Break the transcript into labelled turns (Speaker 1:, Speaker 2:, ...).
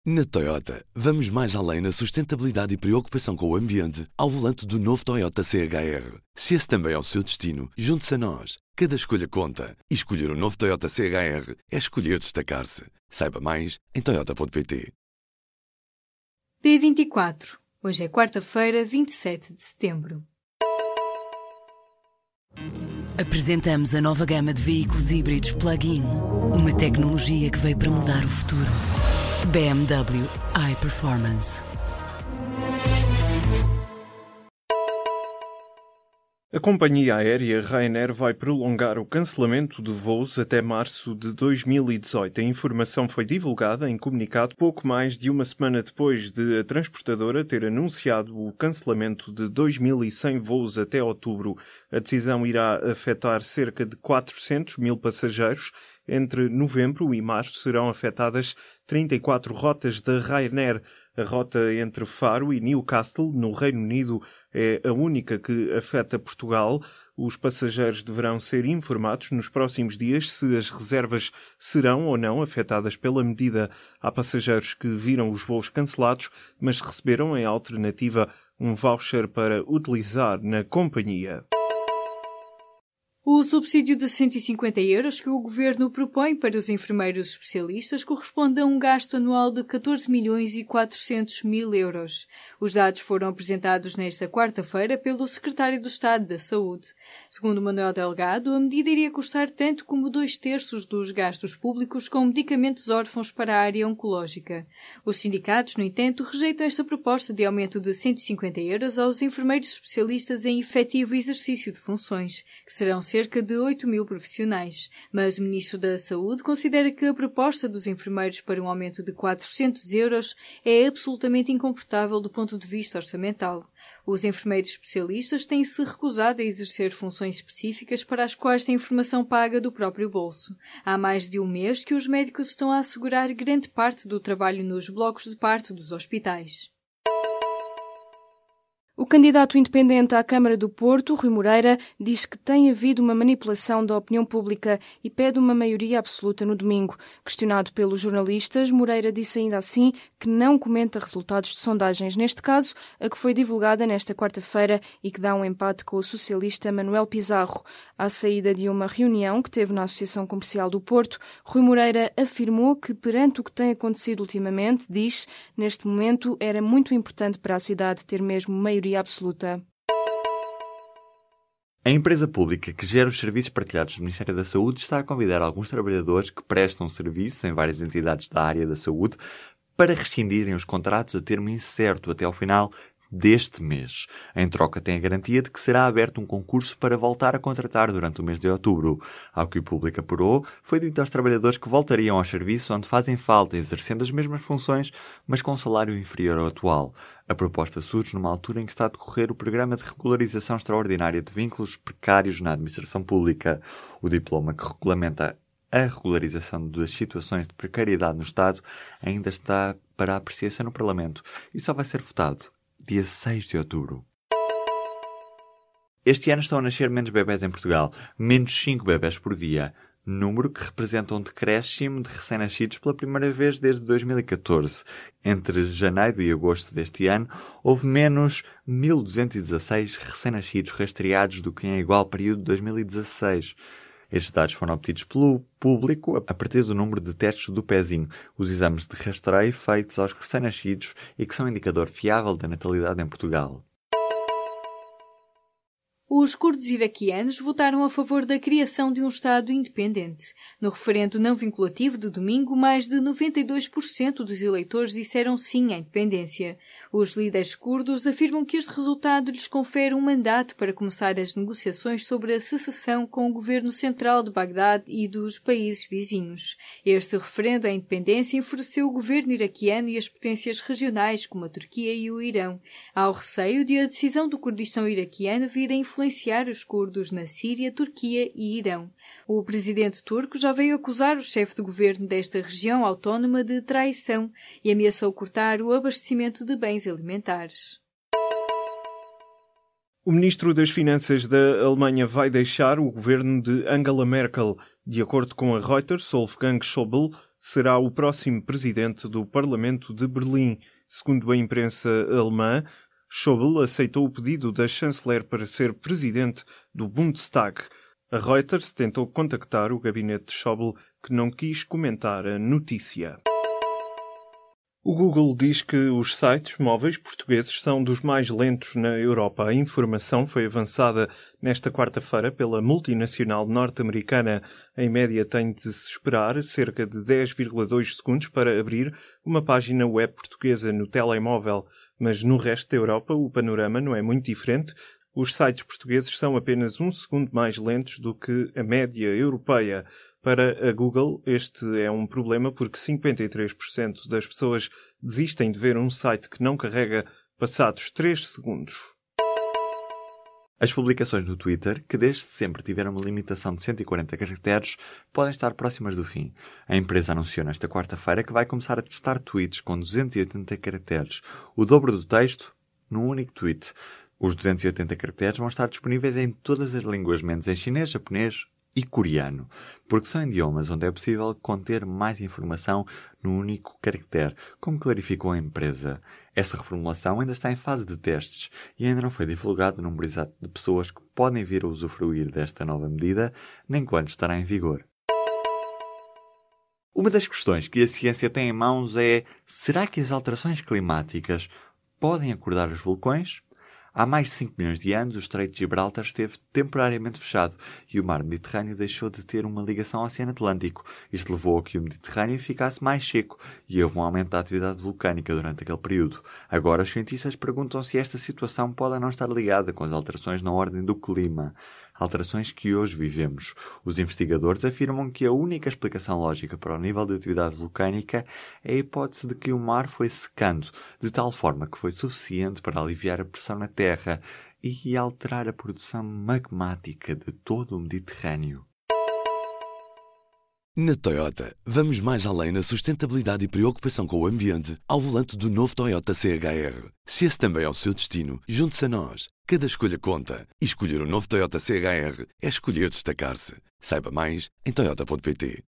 Speaker 1: Na Toyota, vamos mais além na sustentabilidade e preocupação com o ambiente ao volante do novo Toyota CHR. Se esse também é o seu destino, junte-se a nós. Cada escolha conta. E escolher o novo Toyota CHR é escolher destacar-se. Saiba mais em toyota.pt.
Speaker 2: P24. Hoje é quarta-feira, 27 de setembro.
Speaker 3: Apresentamos a nova gama de veículos híbridos plug-in. Uma tecnologia que veio para mudar o futuro. BMW iPerformance.
Speaker 4: A companhia aérea Ryanair vai prolongar o cancelamento de voos até março de 2018. A informação foi divulgada em comunicado pouco mais de uma semana depois de a transportadora ter anunciado o cancelamento de 2.100 voos até outubro. A decisão irá afetar cerca de 400 mil passageiros. Entre novembro e março serão afetadas 34 rotas da Ryanair. A rota entre Faro e Newcastle, no Reino Unido, é a única que afeta Portugal. Os passageiros deverão ser informados nos próximos dias se as reservas serão ou não afetadas pela medida. Há passageiros que viram os voos cancelados, mas receberam em alternativa um voucher para utilizar na companhia.
Speaker 2: O subsídio de 150 euros que o Governo propõe para os enfermeiros especialistas corresponde a um gasto anual de 14 milhões e 400 mil euros. Os dados foram apresentados nesta quarta-feira pelo Secretário de Estado da Saúde. Segundo Manuel Delgado, a medida iria custar tanto como 2/3 dos gastos públicos com medicamentos órfãos para a área oncológica. Os sindicatos, no entanto, rejeitam esta proposta de aumento de 150 euros aos enfermeiros especialistas em efetivo exercício de funções, que serão cerca de 8 mil profissionais, mas o Ministro da Saúde considera que a proposta dos enfermeiros para um aumento de 400 euros é absolutamente incomportável do ponto de vista orçamental. Os enfermeiros especialistas têm-se recusado a exercer funções específicas para as quais têm formação paga do próprio bolso. Há mais de um mês que os médicos estão a assegurar grande parte do trabalho nos blocos de parto dos hospitais.
Speaker 5: O candidato independente à Câmara do Porto, Rui Moreira, diz que tem havido uma manipulação da opinião pública e pede uma maioria absoluta no domingo. Questionado pelos jornalistas, Moreira disse ainda assim que não comenta resultados de sondagens, neste caso, a que foi divulgada nesta quarta-feira e que dá um empate com o socialista Manuel Pizarro. À saída de uma reunião que teve na Associação Comercial do Porto, Rui Moreira afirmou que, perante o que tem acontecido ultimamente, diz, neste momento era muito importante para a cidade ter mesmo maioria absoluta.
Speaker 6: A empresa pública que gera os serviços partilhados do Ministério da Saúde está a convidar alguns trabalhadores que prestam serviço em várias entidades da área da saúde para rescindirem os contratos a termo incerto até ao final deste mês. Em troca, tem a garantia de que será aberto um concurso para voltar a contratar durante o mês de outubro. Ao que o público apurou, foi dito aos trabalhadores que voltariam ao serviço onde fazem falta, exercendo as mesmas funções, mas com um salário inferior ao atual. A proposta surge numa altura em que está a decorrer o Programa de Regularização Extraordinária de Vínculos Precários na Administração Pública. O diploma que regulamenta a regularização das situações de precariedade no Estado ainda está para apreciação no Parlamento e só vai ser votado dia 6 de outubro. Este ano estão a nascer menos bebés em Portugal, menos 5 bebés por dia, número que representa um decréscimo de recém-nascidos pela primeira vez desde 2014. Entre janeiro e agosto deste ano, houve menos 1.216 recém-nascidos rastreados do que em igual período de 2016. Estes dados foram obtidos pelo público a partir do número de testes do pezinho, os exames de rastreio feitos aos recém-nascidos e que são um indicador fiável da natalidade em Portugal.
Speaker 2: Os curdos iraquianos votaram a favor da criação de um Estado independente. No referendo não vinculativo de domingo, mais de 92% dos eleitores disseram sim à independência. Os líderes curdos afirmam que este resultado lhes confere um mandato para começar as negociações sobre a secessão com o governo central de Bagdade e dos países vizinhos. Este referendo à independência enfureceu o governo iraquiano e as potências regionais, como a Turquia e o Irão. Há o receio de a decisão do Kurdistão iraquiano vir a influenciar os curdos na Síria, Turquia e Irão. O presidente turco já veio acusar o chefe de governo desta região autónoma de traição e ameaçou cortar o abastecimento de bens alimentares.
Speaker 4: O ministro das Finanças da Alemanha vai deixar o governo de Angela Merkel. De acordo com a Reuters, Wolfgang Schäuble será o próximo presidente do Parlamento de Berlim. Segundo a imprensa alemã, Schäuble aceitou o pedido da chanceler para ser presidente do Bundestag. A Reuters tentou contactar o gabinete de Schäuble, que não quis comentar a notícia. O Google diz que os sites móveis portugueses são dos mais lentos na Europa. A informação foi avançada nesta quarta-feira pela multinacional norte-americana. Em média tem de se esperar cerca de 10,2 segundos para abrir uma página web portuguesa no telemóvel. Mas no resto da Europa o panorama não é muito diferente. Os sites portugueses são apenas 1 segundo mais lentos do que a média europeia. Para a Google, este é um problema porque 53% das pessoas desistem de ver um site que não carrega passados 3 segundos.
Speaker 6: As publicações no Twitter, que desde sempre tiveram uma limitação de 140 caracteres, podem estar próximas do fim. A empresa anunciou nesta quarta-feira que vai começar a testar tweets com 280 caracteres, o dobro do texto num único tweet. Os 280 caracteres vão estar disponíveis em todas as línguas, menos em chinês, japonês e coreano, porque são idiomas onde é possível conter mais informação num único caractere, como clarificou a empresa. Essa reformulação ainda está em fase de testes e ainda não foi divulgado o número exato de pessoas que podem vir a usufruir desta nova medida, nem quando estará em vigor. Uma das questões que a ciência tem em mãos é: será que as alterações climáticas podem acordar os vulcões? Há mais de 5 milhões de anos, o Estreito de Gibraltar esteve temporariamente fechado e o mar Mediterrâneo deixou de ter uma ligação ao Oceano Atlântico. Isto levou a que o Mediterrâneo ficasse mais seco e houve um aumento da atividade vulcânica durante aquele período. Agora, os cientistas perguntam se esta situação pode ou não estar ligada com as alterações na ordem do clima. Alterações que hoje vivemos. Os investigadores afirmam que a única explicação lógica para o nível de atividade vulcânica é a hipótese de que o mar foi secando, de tal forma que foi suficiente para aliviar a pressão na Terra e alterar a produção magmática de todo o Mediterrâneo.
Speaker 1: Na Toyota, vamos mais além na sustentabilidade e preocupação com o ambiente ao volante do novo Toyota CHR. Se esse também é o seu destino, junte-se a nós. Cada escolha conta. E escolher o novo Toyota CHR é escolher destacar-se. Saiba mais em toyota.pt.